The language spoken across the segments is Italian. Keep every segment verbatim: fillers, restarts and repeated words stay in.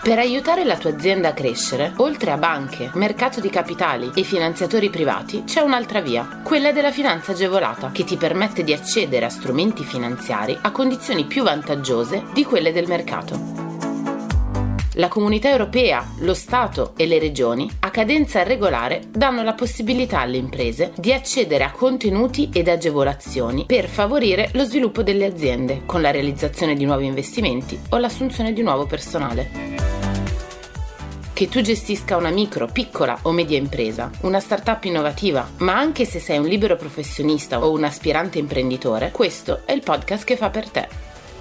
Per aiutare la tua azienda a crescere, oltre a banche, mercato di capitali e finanziatori privati, c'è un'altra via, quella della finanza agevolata, che ti permette di accedere a strumenti finanziari a condizioni più vantaggiose di quelle del mercato. La Comunità Europea, lo Stato e le Regioni, a cadenza regolare, danno la possibilità alle imprese di accedere a contenuti ed agevolazioni per favorire lo sviluppo delle aziende, con la realizzazione di nuovi investimenti o l'assunzione di nuovo personale. Che tu gestisca una micro, piccola o media impresa, una startup innovativa, ma anche se sei un libero professionista o un aspirante imprenditore, questo è il podcast che fa per te.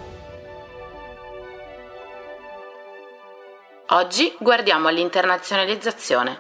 Oggi guardiamo all'internazionalizzazione.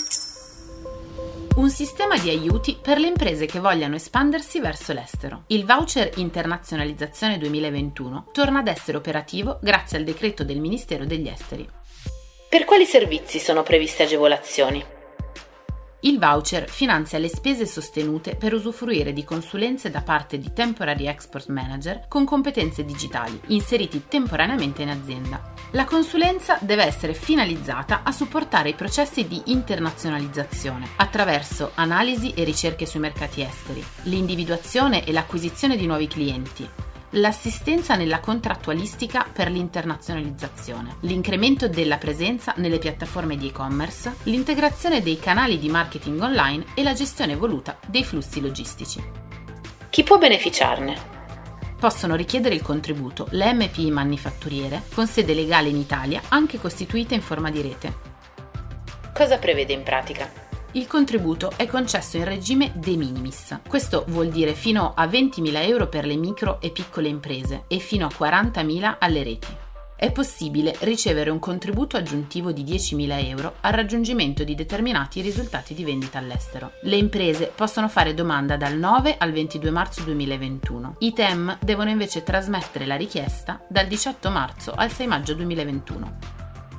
Un sistema di aiuti per le imprese che vogliano espandersi verso l'estero. Il voucher Internazionalizzazione duemilaventuno torna ad essere operativo grazie al decreto del Ministero degli Esteri. Per quali servizi sono previste agevolazioni? Il voucher finanzia le spese sostenute per usufruire di consulenze da parte di Temporary Export Manager con competenze digitali, inseriti temporaneamente in azienda. La consulenza deve essere finalizzata a supportare i processi di internazionalizzazione attraverso analisi e ricerche sui mercati esteri, l'individuazione e l'acquisizione di nuovi clienti, l'assistenza nella contrattualistica per l'internazionalizzazione, l'incremento della presenza nelle piattaforme di e-commerce, l'integrazione dei canali di marketing online e la gestione evoluta dei flussi logistici. Chi può beneficiarne? Possono richiedere il contributo le M P I manifatturiere con sede legale in Italia, anche costituite in forma di rete. Cosa prevede in pratica? Il contributo è concesso in regime de minimis. Questo vuol dire fino a ventimila euro per le micro e piccole imprese e fino a quarantamila alle reti. È possibile ricevere un contributo aggiuntivo di diecimila euro al raggiungimento di determinati risultati di vendita all'estero. Le imprese possono fare domanda dal nove al ventidue marzo duemilaventuno. I T E M devono invece trasmettere la richiesta dal diciotto marzo al sei maggio duemilaventuno.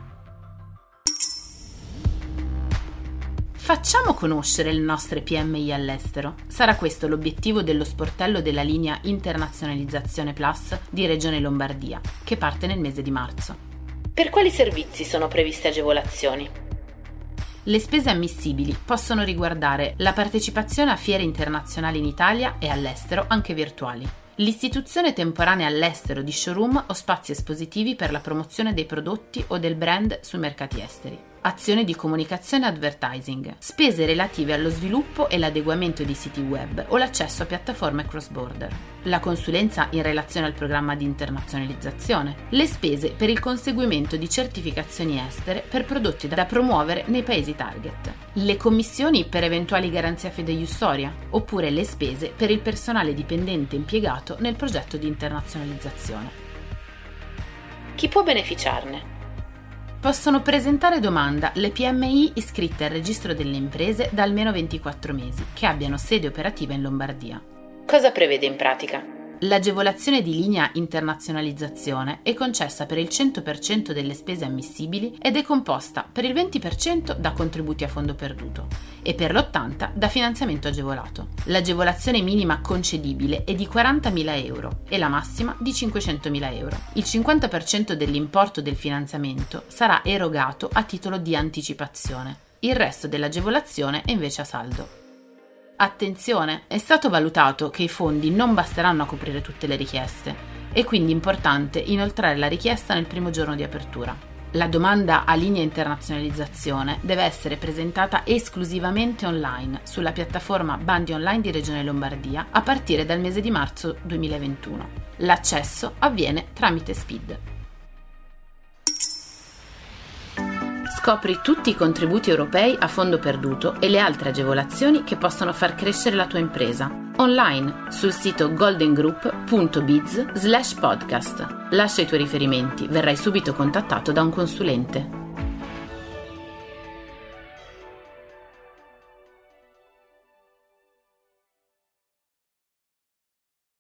Facciamo conoscere le nostre P M I all'estero. Sarà questo l'obiettivo dello sportello della linea Internazionalizzazione Plus di Regione Lombardia, che parte nel mese di marzo. Per quali servizi sono previste agevolazioni? Le spese ammissibili possono riguardare la partecipazione a fiere internazionali in Italia e all'estero, anche virtuali, l'istituzione temporanea all'estero di showroom o spazi espositivi per la promozione dei prodotti o del brand sui mercati esteri, azioni di comunicazione e advertising, spese relative allo sviluppo e l'adeguamento di siti web o l'accesso a piattaforme cross-border, la consulenza in relazione al programma di internazionalizzazione, le spese per il conseguimento di certificazioni estere per prodotti da promuovere nei paesi target, le commissioni per eventuali garanzie fideiussoria, oppure le spese per il personale dipendente impiegato nel progetto di internazionalizzazione. Chi può beneficiarne? Possono presentare domanda le P M I iscritte al registro delle imprese da almeno ventiquattro mesi, che abbiano sede operativa in Lombardia. Cosa prevede in pratica? L'agevolazione di linea internazionalizzazione è concessa per il cento per cento delle spese ammissibili ed è composta per il venti per cento da contributi a fondo perduto e per l'ottanta per cento da finanziamento agevolato. L'agevolazione minima concedibile è di quarantamila euro e la massima di cinquecentomila euro. Il cinquanta per cento dell'importo del finanziamento sarà erogato a titolo di anticipazione. Il resto dell'agevolazione è invece a saldo. Attenzione, è stato valutato che i fondi non basteranno a coprire tutte le richieste, è quindi importante inoltrare la richiesta nel primo giorno di apertura. La domanda a linea internazionalizzazione deve essere presentata esclusivamente online sulla piattaforma Bandi Online di Regione Lombardia a partire dal mese di marzo duemilaventuno. L'accesso avviene tramite S P I D. Scopri tutti i contributi europei a fondo perduto e le altre agevolazioni che possono far crescere la tua impresa online sul sito goldengroup punto biz slash podcast. Lascia i tuoi riferimenti, verrai subito contattato da un consulente.